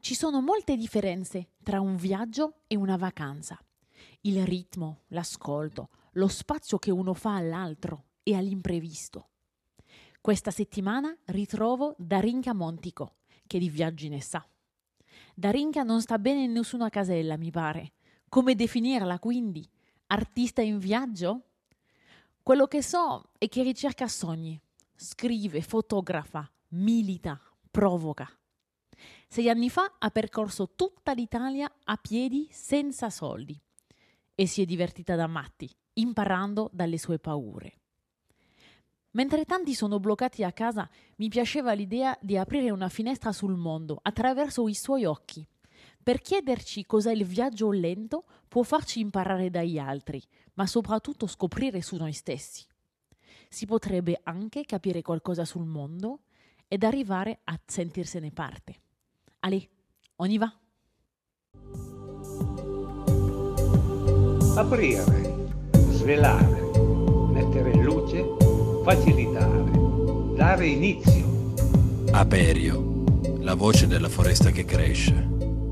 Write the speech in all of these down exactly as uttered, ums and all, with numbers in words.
Ci sono molte differenze tra un viaggio e una vacanza. Il ritmo, l'ascolto, lo spazio che uno fa all'altro e all'imprevisto. Questa settimana ritrovo Darinka Montico, che di viaggi ne sa. Darinka non sta bene in nessuna casella, mi pare. Come definirla, quindi? Artista in viaggio? Quello che so è che ricerca sogni, scrive, fotografa, milita, provoca. Sei anni fa ha percorso tutta l'Italia a piedi senza soldi e si è divertita da matti, imparando dalle sue paure. Mentre tanti sono bloccati a casa, mi piaceva l'idea di aprire una finestra sul mondo attraverso i suoi occhi. Per chiederci cos'è il viaggio lento può farci imparare dagli altri, ma soprattutto scoprire su noi stessi. Si potrebbe anche capire qualcosa sul mondo ed arrivare a sentirsene parte. Allez, on y va! Aprire, svelare, mettere in luce, facilitare, dare inizio. Aperio, la voce della foresta che cresce.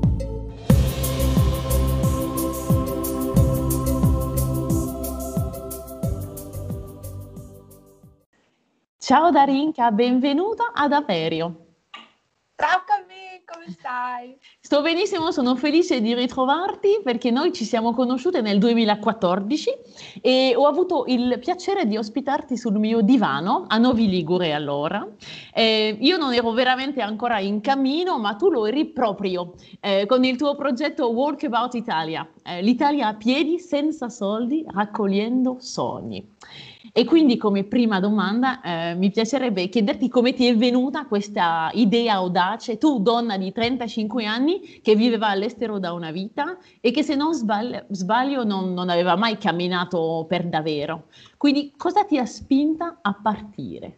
Ciao Darinka, benvenuta ad Aperio. Ciao Camille, come stai? Sto benissimo, sono felice di ritrovarti perché noi ci siamo conosciute nel duemilaquattordici e ho avuto il piacere di ospitarti sul mio divano a Novi Ligure allora. Eh, io non ero veramente ancora in cammino, ma tu lo eri proprio eh, con il tuo progetto Walkabout Italia, eh, l'Italia a piedi senza soldi, raccogliendo sogni. E quindi come prima domanda eh, mi piacerebbe chiederti come ti è venuta questa idea audace, tu donna di trentacinque anni che viveva all'estero da una vita e che se non sbaglio, sbaglio non, non aveva mai camminato per davvero. Quindi cosa ti ha spinta a partire?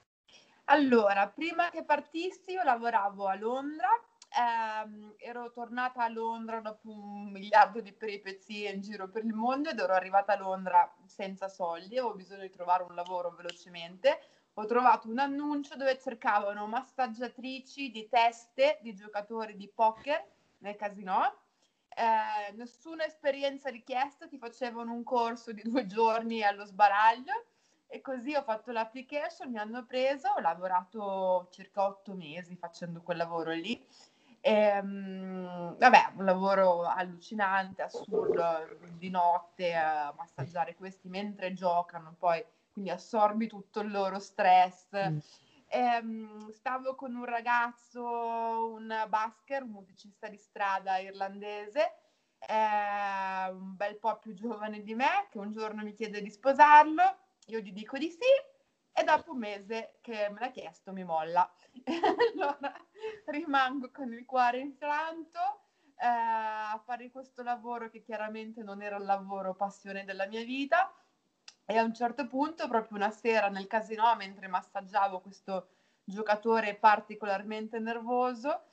Allora, prima che partissi io lavoravo a Londra, ehm, ero tornata a Londra dopo un miliardo di peripezie in giro per il mondo ed ero arrivata a Londra senza soldi, avevo bisogno di trovare un lavoro velocemente. Ho trovato un annuncio dove cercavano massaggiatrici di teste di giocatori di poker nel casinò. Eh, nessuna esperienza richiesta, ti facevano un corso di due giorni allo sbaraglio. E così ho fatto l'application, mi hanno preso, ho lavorato circa otto mesi facendo quel lavoro lì. E, um, vabbè, un lavoro allucinante, assurdo, di notte a massaggiare questi mentre giocano, poi quindi assorbi tutto il loro stress. Mm. E, um, stavo con un ragazzo, un busker, un musicista di strada irlandese, eh, un bel po' più giovane di me, che un giorno mi chiede di sposarlo. Io gli dico di sì e dopo un mese che me l'ha chiesto mi molla. Allora rimango con il cuore infranto eh, a fare questo lavoro che chiaramente non era il lavoro passione della mia vita e a un certo punto, proprio una sera nel casinò, mentre massaggiavo questo giocatore particolarmente nervoso,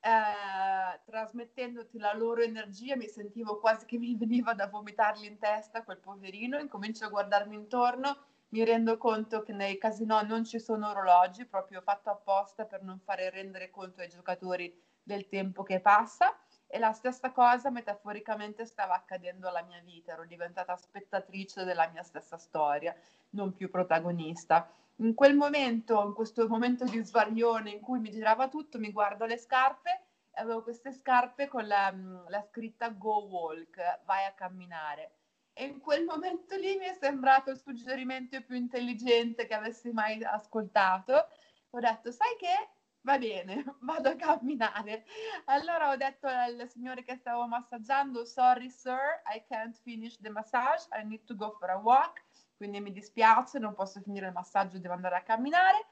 eh, trasmettendoti la loro energia, mi sentivo quasi che mi veniva da vomitargli in testa quel poverino, incomincio a guardarmi intorno, mi rendo conto che nei casinò non ci sono orologi, proprio fatto apposta per non fare rendere conto ai giocatori del tempo che passa, e la stessa cosa metaforicamente stava accadendo alla mia vita, ero diventata spettatrice della mia stessa storia, non più protagonista. In quel momento, in questo momento di svarione in cui mi girava tutto, mi guardo le scarpe e avevo queste scarpe con la, la scritta Go Walk, vai a camminare. E in quel momento lì mi è sembrato il suggerimento più intelligente che avessi mai ascoltato. Ho detto, sai che? Va bene, vado a camminare. Allora ho detto al signore che stavo massaggiando, sorry sir, I can't finish the massage, I need to go for a walk. Quindi mi dispiace, non posso finire il massaggio, devo andare a camminare.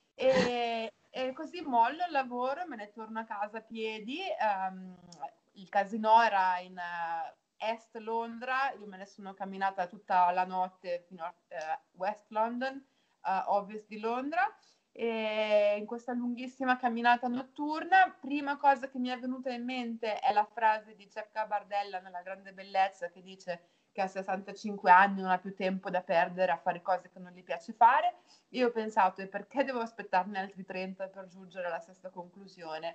E, e così mollo il lavoro, me ne torno a casa a piedi. Um, il casinò era in uh, Est Londra, io me ne sono camminata tutta la notte fino a uh, West London, uh, ovest di Londra. E in questa lunghissima camminata notturna, prima cosa che mi è venuta in mente è la frase di Jacques Bardella nella Grande Bellezza, che dice che a sessantacinque anni non ha più tempo da perdere a fare cose che non gli piace fare. Io ho pensato, e perché devo aspettarne altri trenta per giungere alla stessa conclusione?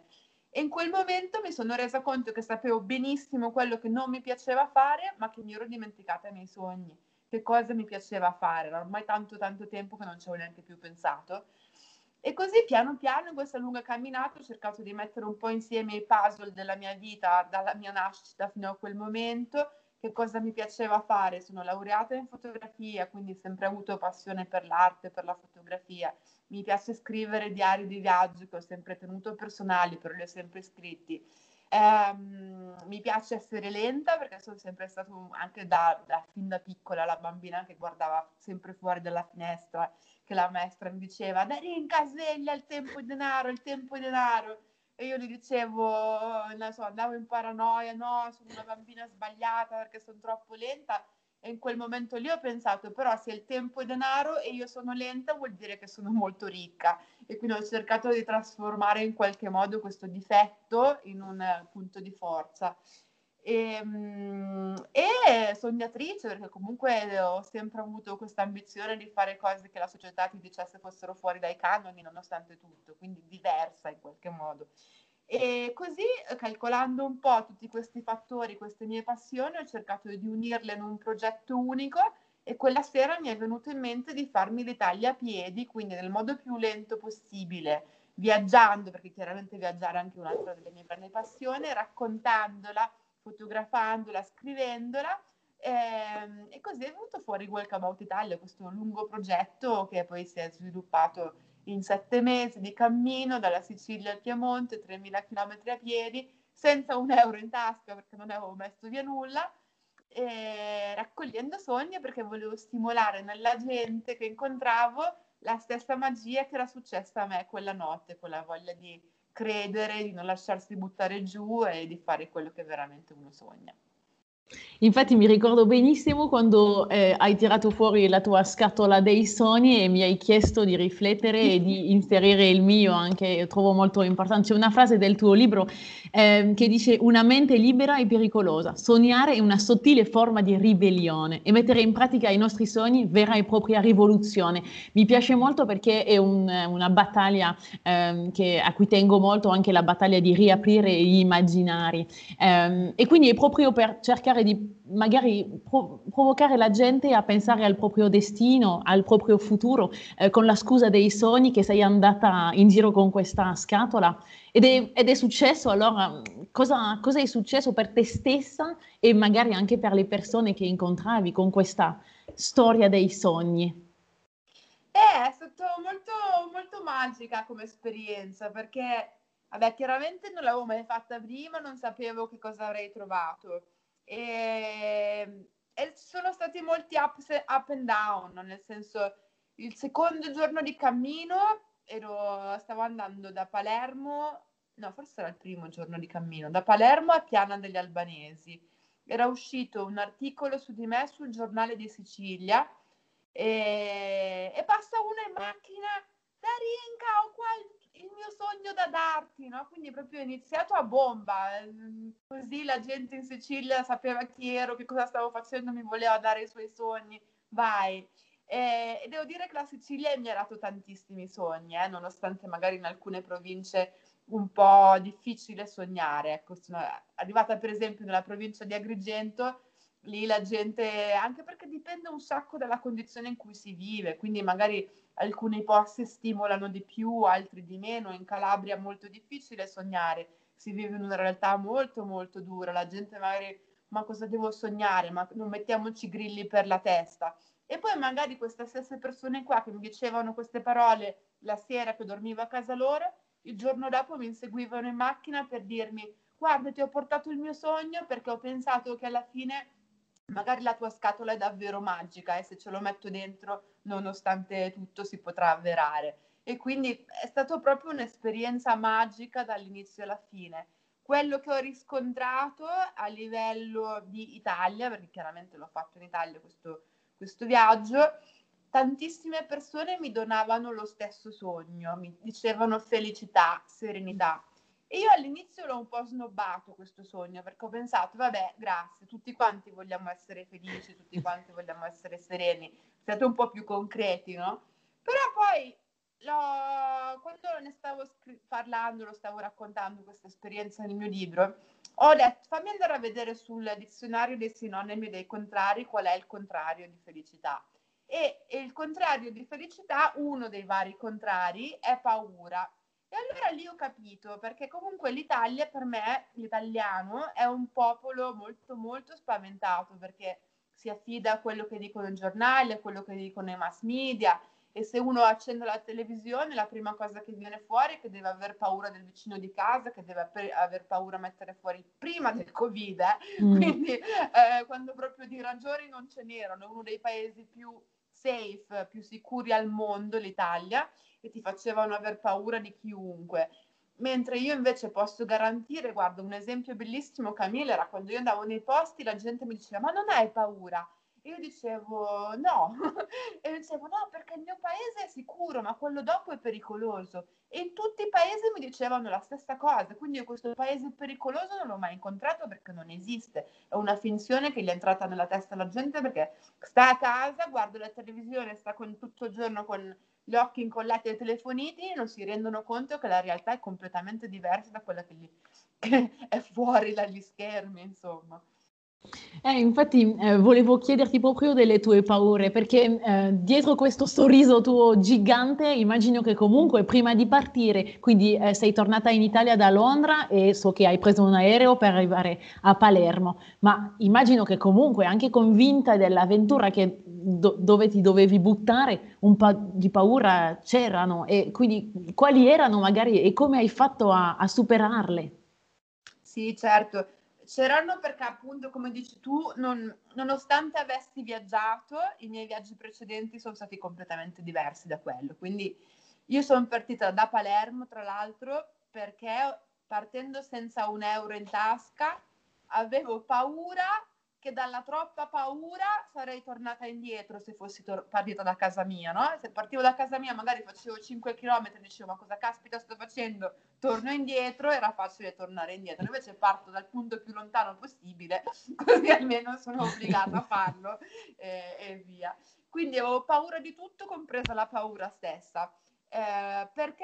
E in quel momento mi sono resa conto che sapevo benissimo quello che non mi piaceva fare, ma che mi ero dimenticata i miei sogni. Che cosa mi piaceva fare? Era ormai tanto tanto tempo che non ci avevo neanche più pensato. E così piano piano in questa lunga camminata ho cercato di mettere un po' insieme i puzzle della mia vita, dalla mia nascita fino a quel momento, che cosa mi piaceva fare. Sono laureata in fotografia, quindi ho sempre avuto passione per l'arte, per la fotografia. Mi piace scrivere diari di viaggio che ho sempre tenuto personali, però li ho sempre scritti. Um, mi piace essere lenta perché sono sempre stata anche da, da fin da piccola la bambina che guardava sempre fuori dalla finestra, che la maestra mi diceva Darinka sveglia, il tempo è denaro, il tempo è denaro, e io gli dicevo, non so, andavo in paranoia, no, sono una bambina sbagliata perché sono troppo lenta. E in quel momento lì ho pensato, però se il tempo è denaro e io sono lenta vuol dire che sono molto ricca, e quindi ho cercato di trasformare in qualche modo questo difetto in un uh, punto di forza. E, um, e sognatrice, perché comunque ho sempre avuto questa ambizione di fare cose che la società ti dicesse fossero fuori dai canoni, nonostante tutto, quindi diversa in qualche modo. E così, calcolando un po' tutti questi fattori, queste mie passioni, ho cercato di unirle in un progetto unico, e quella sera mi è venuto in mente di farmi l'Italia a piedi, quindi nel modo più lento possibile, viaggiando, perché chiaramente viaggiare è anche un'altra delle mie grandi passioni, raccontandola, fotografandola, scrivendola, ehm, e così è venuto fuori Welcome Out Italia, questo lungo progetto che poi si è sviluppato in sette mesi di cammino dalla Sicilia al Piemonte, tremila chilometri a piedi, senza un euro in tasca perché non avevo messo via nulla, e raccogliendo sogni perché volevo stimolare nella gente che incontravo la stessa magia che era successa a me quella notte, quella voglia di credere, di non lasciarsi buttare giù e di fare quello che veramente uno sogna. Infatti mi ricordo benissimo quando eh, hai tirato fuori la tua scatola dei sogni e mi hai chiesto di riflettere e di inserire il mio anche, trovo molto importante. C'è una frase del tuo libro eh, che dice: una mente libera e pericolosa, sognare è una sottile forma di ribellione e mettere in pratica i nostri sogni vera e propria rivoluzione. Mi piace molto perché è un, una battaglia eh, che, a cui tengo molto, anche la battaglia di riaprire gli immaginari eh, e quindi è proprio per cercare di magari pro- provocare la gente a pensare al proprio destino, al proprio futuro, eh, con la scusa dei sogni che sei andata in giro con questa scatola. Ed è, ed è successo. Allora, cosa, cosa è successo per te stessa e magari anche per le persone che incontravi con questa storia dei sogni? Eh, è stato molto, molto magica come esperienza, perché, vabbè, chiaramente non l'avevo mai fatta prima, non sapevo che cosa avrei trovato. E, e sono stati molti ups, up and down, nel senso, il secondo giorno di cammino ero, stavo andando da Palermo, no, forse era il primo giorno di cammino, da Palermo a Piana degli Albanesi. Era uscito un articolo su di me sul Giornale di Sicilia, e, e passa uno in macchina, Darinka, ho qua il, il mio sogno da darti, no? Quindi proprio ho iniziato a bomba, così la gente in Sicilia sapeva chi ero, che cosa stavo facendo, mi voleva dare i suoi sogni, vai. E, e devo dire che la Sicilia mi ha dato tantissimi sogni, eh, nonostante magari in alcune province un po' difficile sognare. Ecco, sono arrivata per esempio nella provincia di Agrigento, lì la gente, anche perché dipende un sacco dalla condizione in cui si vive, quindi magari alcuni posti stimolano di più, altri di meno. In Calabria è molto difficile sognare, si vive in una realtà molto molto dura, la gente magari, ma cosa devo sognare, ma non mettiamoci grilli per la testa. E poi magari queste stesse persone qua che mi dicevano queste parole la sera che dormivo a casa loro, il giorno dopo mi inseguivano in macchina per dirmi: guarda, ti ho portato il mio sogno perché ho pensato che alla fine magari la tua scatola è davvero magica e se ce lo metto dentro, nonostante tutto, si potrà avverare. E quindi è stato proprio un'esperienza magica dall'inizio alla fine. Quello che ho riscontrato a livello di Italia, perché chiaramente l'ho fatto in Italia questo, questo viaggio, tantissime persone mi donavano lo stesso sogno, mi dicevano felicità, serenità. E io all'inizio l'ho un po' snobbato questo sogno, perché ho pensato, vabbè, grazie, tutti quanti vogliamo essere felici, tutti quanti vogliamo essere sereni, siate un po' più concreti, no? Però poi l'ho- quando ne stavo scri- parlando, lo stavo raccontando questa esperienza nel mio libro, ho detto fammi andare a vedere sul dizionario dei sinonimi e dei contrari qual è il contrario di felicità. E, e il contrario di felicità, uno dei vari contrari, è paura. E allora lì ho capito, perché comunque l'Italia per me, l'italiano, è un popolo molto molto spaventato, perché si affida a quello che dicono i giornali, a quello che dicono i mass media, e se uno accende la televisione la prima cosa che viene fuori è che deve aver paura del vicino di casa, che deve aver paura a mettere fuori prima del Covid, eh? Mm. Quindi eh, quando proprio di ragioni non ce n'erano, è uno dei paesi più safe, più sicuri al mondo, l'Italia, e ti facevano aver paura di chiunque. Mentre io invece posso garantire, guarda, un esempio bellissimo, Camilla, era quando io andavo nei posti, la gente mi diceva, ma non hai paura? E io dicevo, no. E io dicevo, no, perché il mio paese è sicuro, ma quello dopo è pericoloso. E in tutti i paesi mi dicevano la stessa cosa, quindi io questo paese pericoloso non l'ho mai incontrato perché non esiste. È una finzione che gli è entrata nella testa alla gente perché sta a casa, guarda la televisione, sta con, tutto il giorno con gli occhi incollati ai telefonini e non si rendono conto che la realtà è completamente diversa da quella che, gli, che è fuori dagli schermi, insomma. Eh, infatti eh, volevo chiederti proprio delle tue paure, perché eh, dietro questo sorriso tuo gigante, immagino che comunque prima di partire, quindi eh, sei tornata in Italia da Londra e so che hai preso un aereo per arrivare a Palermo, ma immagino che comunque anche convinta dell'avventura che do- dove ti dovevi buttare, un po' di paura c'erano, e quindi quali erano magari e come hai fatto a, a superarle? Sì, certo. C'erano perché appunto, come dici tu, non, nonostante avessi viaggiato, i miei viaggi precedenti sono stati completamente diversi da quello. Quindi io sono partita da Palermo, tra l'altro, perché partendo senza un euro in tasca avevo paura che dalla troppa paura sarei tornata indietro se fossi tor- partita da casa mia, no? Se partivo da casa mia magari facevo cinque chilometri e dicevo ma cosa caspita sto facendo? Torno indietro, era facile tornare indietro. Invece parto dal punto più lontano possibile, così almeno sono obbligata a farlo e, e via. Quindi avevo paura di tutto, compresa la paura stessa. Eh, perché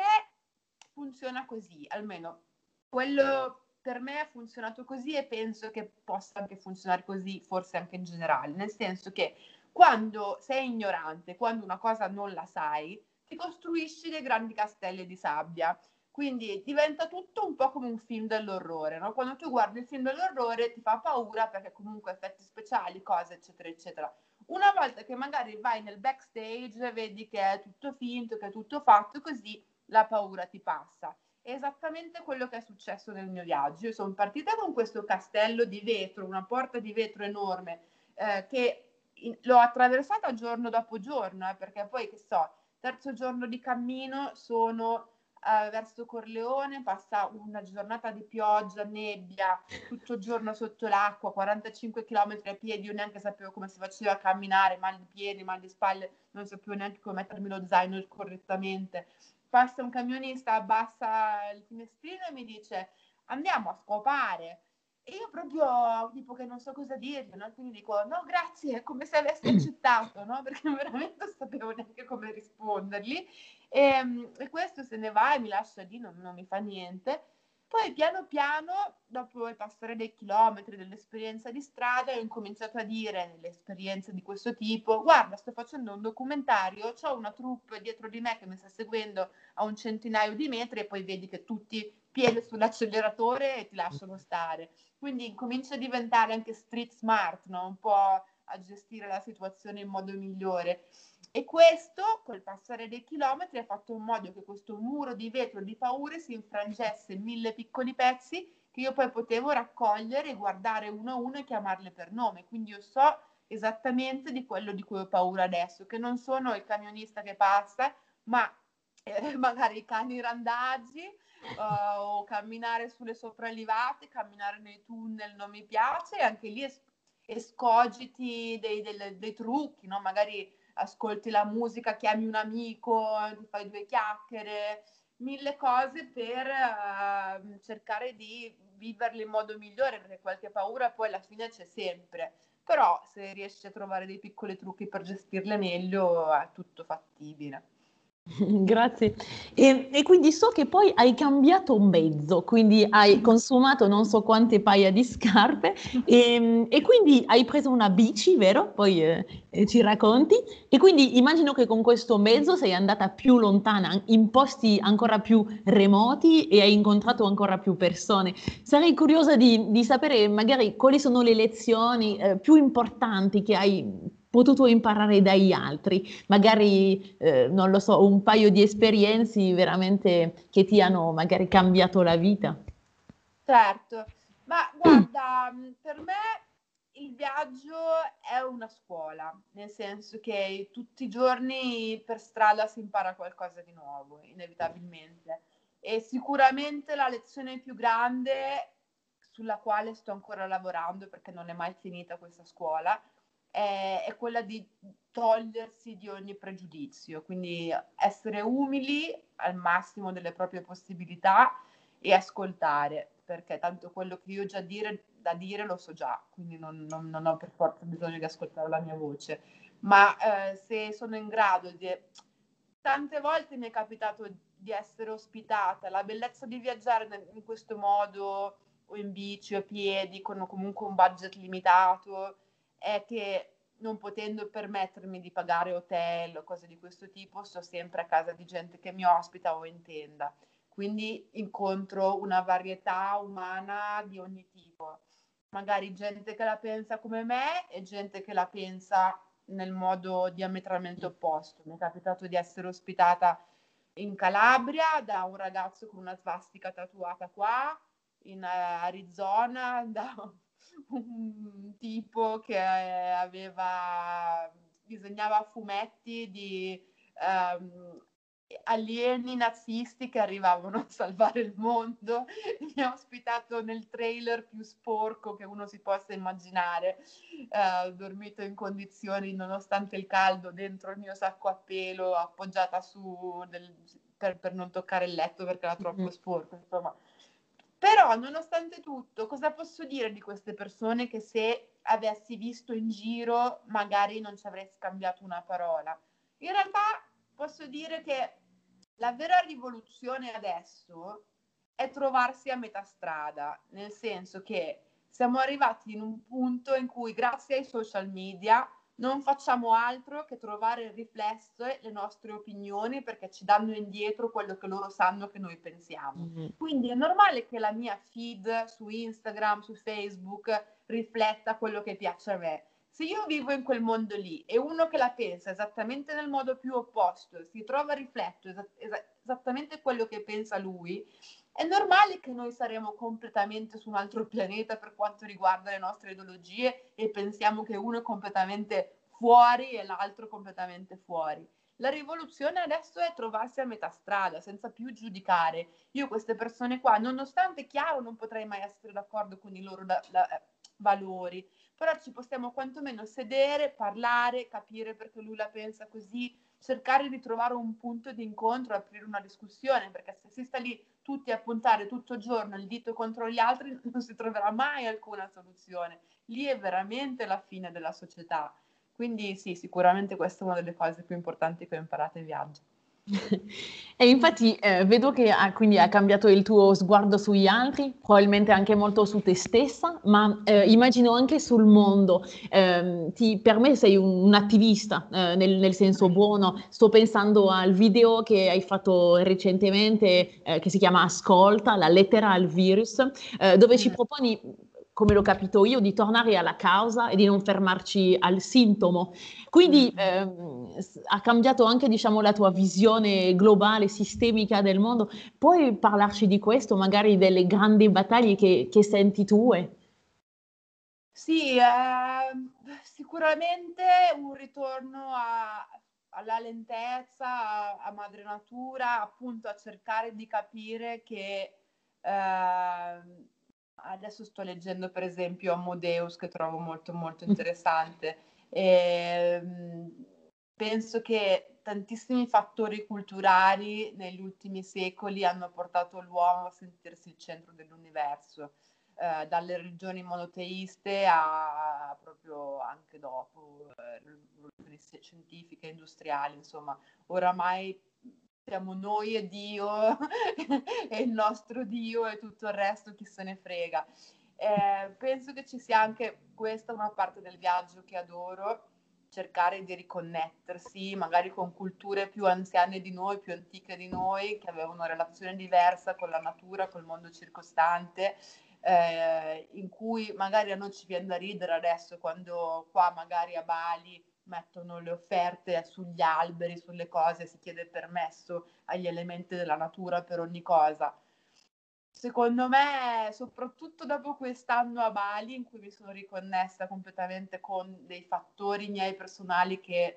funziona così, almeno quello per me ha funzionato così e penso che possa anche funzionare così, forse anche in generale, nel senso che quando sei ignorante, quando una cosa non la sai, ti costruisci dei grandi castelli di sabbia. Quindi diventa tutto un po' come un film dell'orrore, no? Quando tu guardi il film dell'orrore ti fa paura perché comunque effetti speciali, cose, eccetera, eccetera. Una volta che magari vai nel backstage, vedi che è tutto finto, che è tutto fatto, così la paura ti passa. È esattamente quello che è successo nel mio viaggio. Io sono partita con questo castello di vetro, una porta di vetro enorme, eh, che in, l'ho attraversata giorno dopo giorno, eh, perché poi, che so, terzo giorno di cammino sono eh, verso Corleone, passa una giornata di pioggia, nebbia, tutto il giorno sotto l'acqua, quarantacinque chilometri a piedi, io neanche sapevo come si faceva a camminare, mal di piedi, mal di spalle, non sapevo neanche come mettermi lo zaino correttamente. Passa un camionista, abbassa il finestrino e mi dice andiamo a scopare. E io proprio tipo che non so cosa dirgli, no? Quindi dico no grazie, come se avessi accettato, no? Perché veramente non sapevo neanche come rispondergli. E, e questo se ne va e mi lascia lì, non, non mi fa niente. Poi piano piano, dopo il passare dei chilometri, dell'esperienza di strada, ho incominciato a dire nelle esperienze di questo tipo, guarda, sto facendo un documentario, ho una troupe dietro di me che mi sta seguendo a un centinaio di metri e poi vedi che tutti piede sull'acceleratore e ti lasciano stare. Quindi incomincia a diventare anche street smart, no? Un po' a gestire la situazione in modo migliore. E questo, col passare dei chilometri, ha fatto in modo che questo muro di vetro di paure si infrangesse in mille piccoli pezzi che io poi potevo raccogliere, guardare uno a uno e chiamarle per nome. Quindi io so esattamente di quello di cui ho paura adesso, che non sono il camionista che passa, ma eh, magari i cani randaggi uh, o camminare sulle sopraelevate, camminare nei tunnel non mi piace, e anche lì es- escogiti dei, dei, dei trucchi, no? Magari ascolti la musica, chiami un amico, ti fai due chiacchiere, mille cose per uh, cercare di viverle in modo migliore, perché qualche paura poi alla fine c'è sempre. Però se riesci a trovare dei piccoli trucchi per gestirle meglio è tutto fattibile. Grazie. E, e quindi so che poi hai cambiato mezzo, quindi hai consumato non so quante paia di scarpe e, e quindi hai preso una bici, vero? Poi eh, eh, ci racconti. E quindi immagino che con questo mezzo sei andata più lontana, in posti ancora più remoti e hai incontrato ancora più persone. Sarei curiosa di, di sapere magari quali sono le lezioni eh, più importanti che hai potuto imparare dagli altri, magari, eh, non lo so, un paio di esperienze veramente che ti hanno magari cambiato la vita. Certo, ma guarda, mh, per me il viaggio è una scuola, nel senso che tutti i giorni per strada si impara qualcosa di nuovo, inevitabilmente. E sicuramente la lezione più grande sulla quale sto ancora lavorando, perché non è mai finita questa scuola, è, è quella di togliersi di ogni pregiudizio, quindi essere umili al massimo delle proprie possibilità e ascoltare, perché tanto quello che io ho già dire, da dire lo so già, quindi non, non, non ho per forza bisogno di ascoltare la mia voce, ma eh, se sono in grado di... Tante volte mi è capitato di essere ospitata, la bellezza di viaggiare in questo modo, o in bici o a piedi, con comunque un budget limitato, è che non potendo permettermi di pagare hotel o cose di questo tipo, sto sempre a casa di gente che mi ospita o in tenda. Quindi incontro una varietà umana di ogni tipo. Magari gente che la pensa come me e gente che la pensa nel modo diametralmente opposto. Mi è capitato di essere ospitata in Calabria da un ragazzo con una svastica tatuata qua, in eh, Arizona da un tipo che aveva disegnava fumetti di ehm, alieni nazisti che arrivavano a salvare il mondo. Mi ha ospitato nel trailer più sporco che uno si possa immaginare. Eh, ho dormito in condizioni, nonostante il caldo, dentro il mio sacco a pelo, appoggiata su del, per, per non toccare il letto perché era troppo sporco. Insomma, però, nonostante tutto, cosa posso dire di queste persone che se avessi visto in giro magari non ci avrei scambiato una parola? In realtà posso dire che la vera rivoluzione adesso è trovarsi a metà strada, nel senso che siamo arrivati in un punto in cui grazie ai social media non facciamo altro che trovare riflesse le nostre opinioni perché ci danno indietro quello che loro sanno che noi pensiamo. Mm. Quindi è normale che la mia feed su Instagram, su Facebook rifletta quello che piace a me. Se io vivo in quel mondo lì e uno che la pensa esattamente nel modo più opposto si trova a riflettere es- es- esattamente quello che pensa lui, è normale che noi saremo completamente su un altro pianeta per quanto riguarda le nostre ideologie e pensiamo che uno è completamente fuori e l'altro completamente fuori. La rivoluzione adesso è trovarsi a metà strada, senza più giudicare. Io queste persone qua, nonostante chiaro non potrei mai essere d'accordo con i loro da, da, eh, valori, però ci possiamo quantomeno sedere, parlare, capire perché lui la pensa così, cercare di trovare un punto di incontro, aprire una discussione, perché se si sta lì tutti a puntare tutto il giorno il dito contro gli altri non si troverà mai alcuna soluzione. Lì è veramente la fine della società. Quindi sì, sicuramente questa è una delle cose più importanti che ho imparato in viaggio. E infatti eh, vedo che ha, quindi ha cambiato il tuo sguardo sugli altri, probabilmente anche molto su te stessa, ma eh, immagino anche sul mondo. Ehm, ti- per me sei un, un attivista, eh, nel, nel senso buono. Sto pensando al video che hai fatto recentemente, eh, che si chiama Ascolta, la lettera al virus, eh, dove ci Mm. proponi, come l'ho capito io, di tornare alla causa e di non fermarci al sintomo. Quindi Mm. ehm, s- ha cambiato anche, diciamo, la tua visione globale, sistemica del mondo. Puoi parlarci di questo, magari delle grandi battaglie che, che senti tue? Sì, ehm, sicuramente un ritorno a- alla lentezza, a, a madre natura, appunto a cercare di capire che ehm, adesso sto leggendo per esempio Amadeus che trovo molto molto interessante. E, mh, penso che tantissimi fattori culturali negli ultimi secoli hanno portato l'uomo a sentirsi il centro dell'universo. eh, dalle religioni monoteiste a proprio anche dopo eh, rivoluzioni scientifiche, industriali, insomma, oramai siamo noi e Dio e il nostro Dio e tutto il resto chi se ne frega. Eh, penso che ci sia anche questa una parte del viaggio che adoro, cercare di riconnettersi magari con culture più anziane di noi, più antiche di noi, che avevano una relazione diversa con la natura, col mondo circostante, eh, in cui magari a noi ci viene da ridere adesso quando qua magari a Bali mettono le offerte sugli alberi, sulle cose, si chiede permesso agli elementi della natura per ogni cosa. Secondo me, soprattutto dopo quest'anno a Bali, in cui mi sono riconnessa completamente con dei fattori miei personali che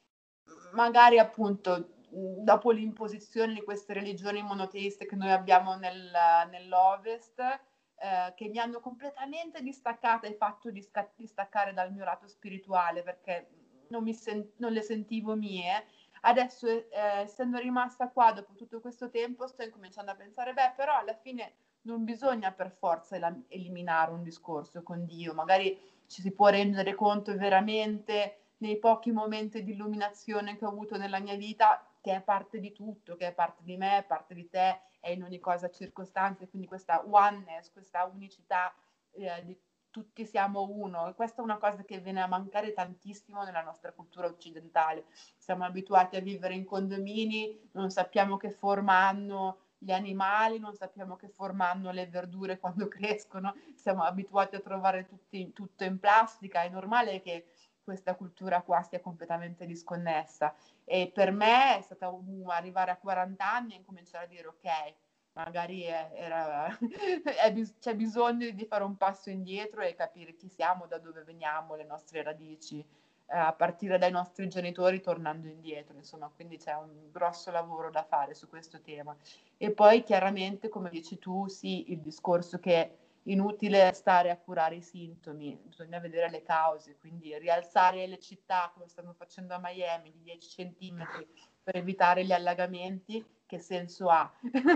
magari appunto dopo l'imposizione di queste religioni monoteiste che noi abbiamo nel, nell'Ovest, eh, che mi hanno completamente distaccata e fatto disca- distaccare dal mio lato spirituale, perché non, mi sen- non le sentivo mie. Adesso, eh, essendo rimasta qua dopo tutto questo tempo, sto incominciando a pensare, beh, però alla fine non bisogna per forza el- eliminare un discorso con Dio, magari ci si può rendere conto veramente nei pochi momenti di illuminazione che ho avuto nella mia vita, che è parte di tutto, che è parte di me, è parte di te, è in ogni cosa circostante, quindi questa oneness, questa unicità eh, di tutti siamo uno, e questa è una cosa che viene a mancare tantissimo nella nostra cultura occidentale. Siamo abituati a vivere in condomini, non sappiamo che forma hanno gli animali, non sappiamo che forma hanno le verdure quando crescono, siamo abituati a trovare tutti, tutto in plastica, è normale che questa cultura qua sia completamente disconnessa, e per me è stata un, arrivare a quaranta anni e cominciare a dire ok, magari è, era, è, c'è bisogno di fare un passo indietro e capire chi siamo, da dove veniamo, le nostre radici, eh, a partire dai nostri genitori tornando indietro, insomma, quindi c'è un grosso lavoro da fare su questo tema. E poi chiaramente, come dici tu, sì, il discorso che inutile stare a curare i sintomi, bisogna vedere le cause, quindi rialzare le città come stanno facendo a Miami di dieci centimetri per evitare gli allagamenti, che senso ha?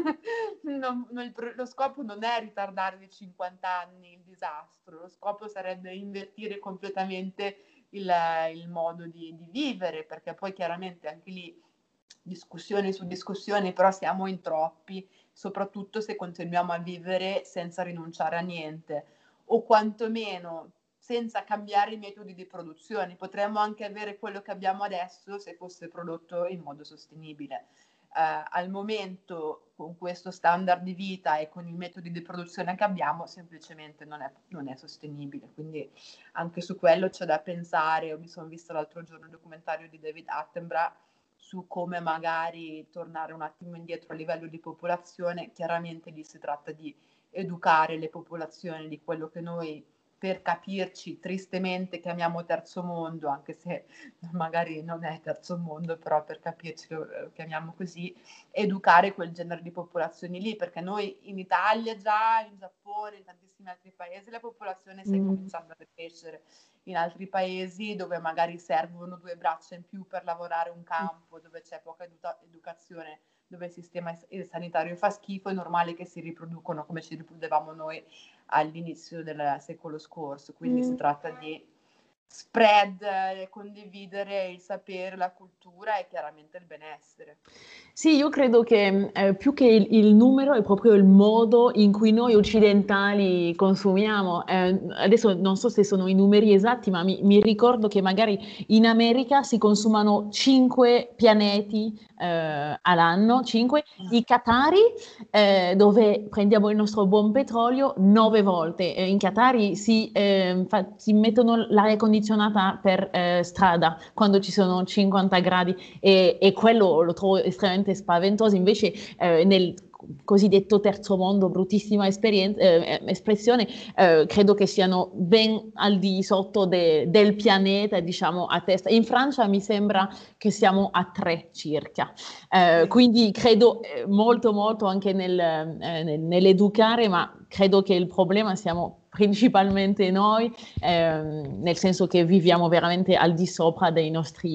non, non, lo scopo non è ritardare di cinquanta anni il disastro, lo scopo sarebbe invertire completamente il, il modo di, di vivere, perché poi chiaramente anche lì discussioni su discussioni, però siamo in troppi, soprattutto se continuiamo a vivere senza rinunciare a niente, o quantomeno senza cambiare i metodi di produzione. Potremmo anche avere quello che abbiamo adesso se fosse prodotto in modo sostenibile. Uh, al momento, con questo standard di vita e con i metodi di produzione che abbiamo, semplicemente non è, non è sostenibile. Quindi anche su quello c'è da pensare. Mi sono vista l'altro giorno il documentario di David Attenborough su come magari tornare un attimo indietro a livello di popolazione. Chiaramente lì si tratta di educare le popolazioni di quello che noi, per capirci, tristemente chiamiamo terzo mondo, anche se magari non è terzo mondo, però per capirci lo chiamiamo così, educare quel genere di popolazioni lì, perché noi in Italia già, in Giappone, in tantissimi altri paesi la popolazione sta mm. cominciando a crescere. In altri paesi dove magari servono due braccia in più per lavorare un campo, dove c'è poca edu- educazione, dove il sistema sanitario fa schifo, è normale che si riproducono come ci riproducevamo noi all'inizio del secolo scorso. Quindi mm. si tratta di spread, eh, condividere il sapere, la cultura e chiaramente il benessere. Sì, io credo che eh, più che il, il numero è proprio il modo in cui noi occidentali consumiamo. Eh, adesso non so se sono i numeri esatti, ma mi, mi ricordo che magari in America si consumano cinque pianeti eh, all'anno, cinque. I Qatari, eh, dove prendiamo il nostro buon petrolio, nove volte. Eh, in Qatari si, eh, fa, si mettono l'aria condizionata per eh, strada quando ci sono cinquanta gradi e, e quello lo trovo estremamente spaventoso. Invece eh, nel cosiddetto terzo mondo, bruttissima esperienza, eh, espressione, eh, credo che siano ben al di sotto de, del pianeta, diciamo a testa. In Francia mi sembra che siamo a tre circa, eh, quindi credo eh, molto molto anche nel, eh, nel, nell'educare, ma credo che il problema siamo principalmente noi, eh, nel senso che viviamo veramente al di sopra dei nostri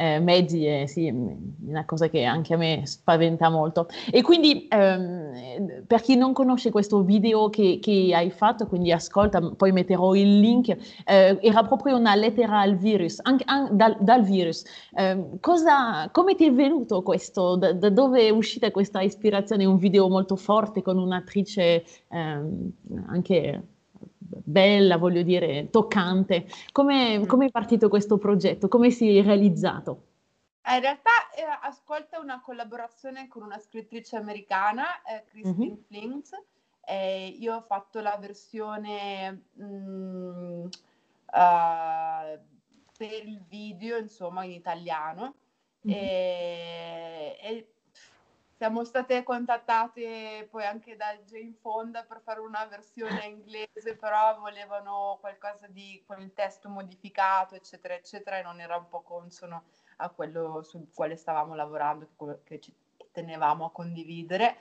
eh, mezzi è sì, una cosa che anche a me spaventa molto. E quindi ehm, per chi non conosce questo video che, che hai fatto, quindi ascolta, poi metterò il link, eh, era proprio una lettera al virus, anche, anche dal, dal virus. Eh, cosa, come ti è venuto questo? Da, da dove è uscita questa ispirazione? Un video molto forte con un'attrice ehm, anche bella, voglio dire, toccante. Come, come è partito questo progetto? Come si è realizzato? In realtà eh, Ascolta una collaborazione con una scrittrice americana, eh, Christine mm-hmm. Flings. Eh, io ho fatto la versione mh, uh, per il video, insomma, in italiano. Mm-hmm. E, e siamo state contattate poi anche da Jane Fonda per fare una versione inglese, però volevano qualcosa di con il testo modificato, eccetera, eccetera, e non era un po' consono a quello sul quale stavamo lavorando, che ci tenevamo a condividere.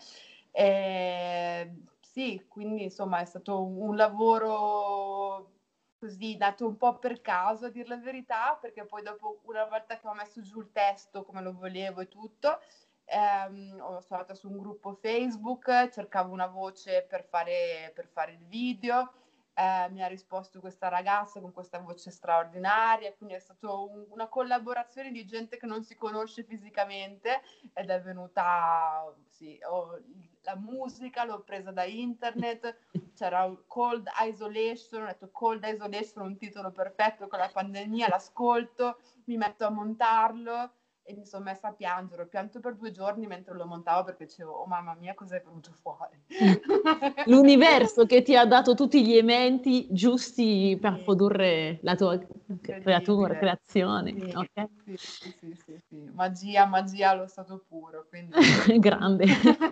E, sì, quindi insomma è stato un lavoro così dato un po' per caso, a dir la verità, perché poi dopo, una volta che ho messo giù il testo come lo volevo e tutto, ehm, sono andata su un gruppo Facebook, cercavo una voce per fare, per fare il video, eh, mi ha risposto questa ragazza con questa voce straordinaria, quindi è stata un, una collaborazione di gente che non si conosce fisicamente ed è venuta, sì, ho, la musica l'ho presa da internet, c'era Cold Isolation, ho detto Cold Isolation, un titolo perfetto con la pandemia, l'ascolto, mi metto a montarlo e mi sono messa a piangere, ho pianto per due giorni mentre lo montavo perché dicevo, oh mamma mia, cosa è venuto fuori? L'universo che ti ha dato tutti gli elementi giusti per sì. produrre la tua creatura, creazione. Sì. Okay? Sì, sì, sì, sì, sì. Magia, magia allo stato puro. Quindi... Grande.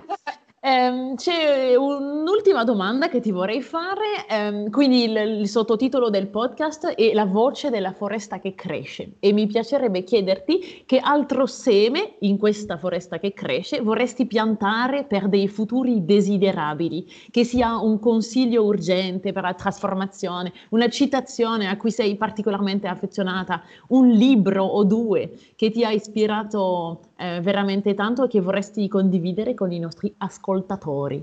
Um, c'è un'ultima domanda che ti vorrei fare, um, quindi il, il sottotitolo del podcast è La voce della foresta che cresce e mi piacerebbe chiederti che altro seme in questa foresta che cresce vorresti piantare per dei futuri desiderabili, che sia un consiglio urgente per la trasformazione, una citazione a cui sei particolarmente affezionata, un libro o due che ti ha ispirato eh, veramente tanto e che vorresti condividere con i nostri ascoltatori.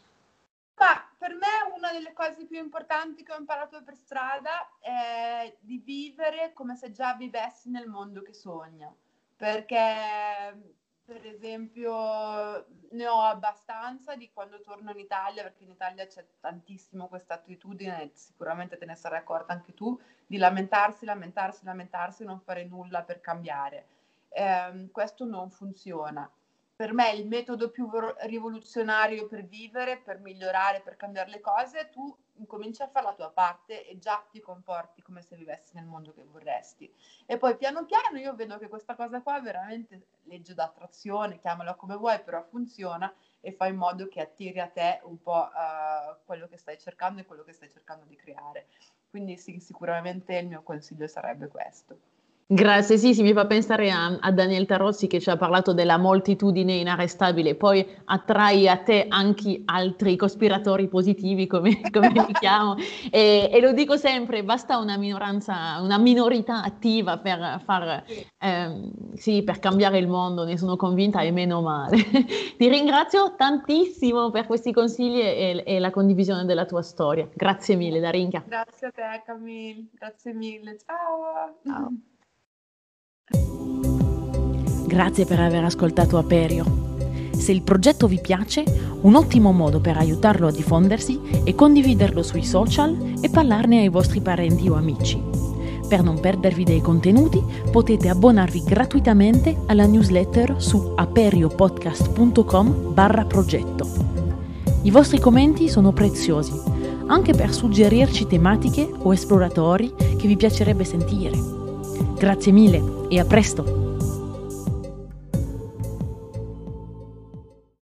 Ma per me una delle cose più importanti che ho imparato per strada è di vivere come se già vivessi nel mondo che sogno, perché per esempio ne ho abbastanza di quando torno in Italia, perché in Italia c'è tantissimo questa attitudine, sicuramente te ne sarai accorta anche tu, di lamentarsi, lamentarsi, lamentarsi e non fare nulla per cambiare. Eh, questo non funziona. Per me il metodo più rivoluzionario per vivere, per migliorare, per cambiare le cose, tu incominci a fare la tua parte e già ti comporti come se vivessi nel mondo che vorresti. E poi piano piano io vedo che questa cosa qua veramente, legge d'attrazione, chiamala come vuoi, però funziona e fa in modo che attiri a te un po' uh, quello che stai cercando e quello che stai cercando di creare. Quindi sì, sicuramente il mio consiglio sarebbe questo. Grazie, sì, sì, mi fa pensare a, a Daniel Tarozzi che ci ha parlato della moltitudine inarrestabile, poi attrai a te anche altri cospiratori positivi, come, come li chiamo, e, e lo dico sempre, basta una minoranza, una minorità attiva per far, ehm, sì, per cambiare il mondo, ne sono convinta e meno male. Ti ringrazio tantissimo per questi consigli e, e la condivisione della tua storia. Grazie mille, Darinka. Grazie a te, Camille, grazie mille, ciao! Ciao. Grazie per aver ascoltato Aperio. Se il progetto vi piace, un ottimo modo per aiutarlo a diffondersi è condividerlo sui social e parlarne ai vostri parenti o amici. Per non perdervi dei contenuti, potete abbonarvi gratuitamente alla newsletter su aperiopodcast punto com barra progetto. I vostri commenti sono preziosi, anche per suggerirci tematiche o esploratori che vi piacerebbe sentire. Grazie mille e a presto!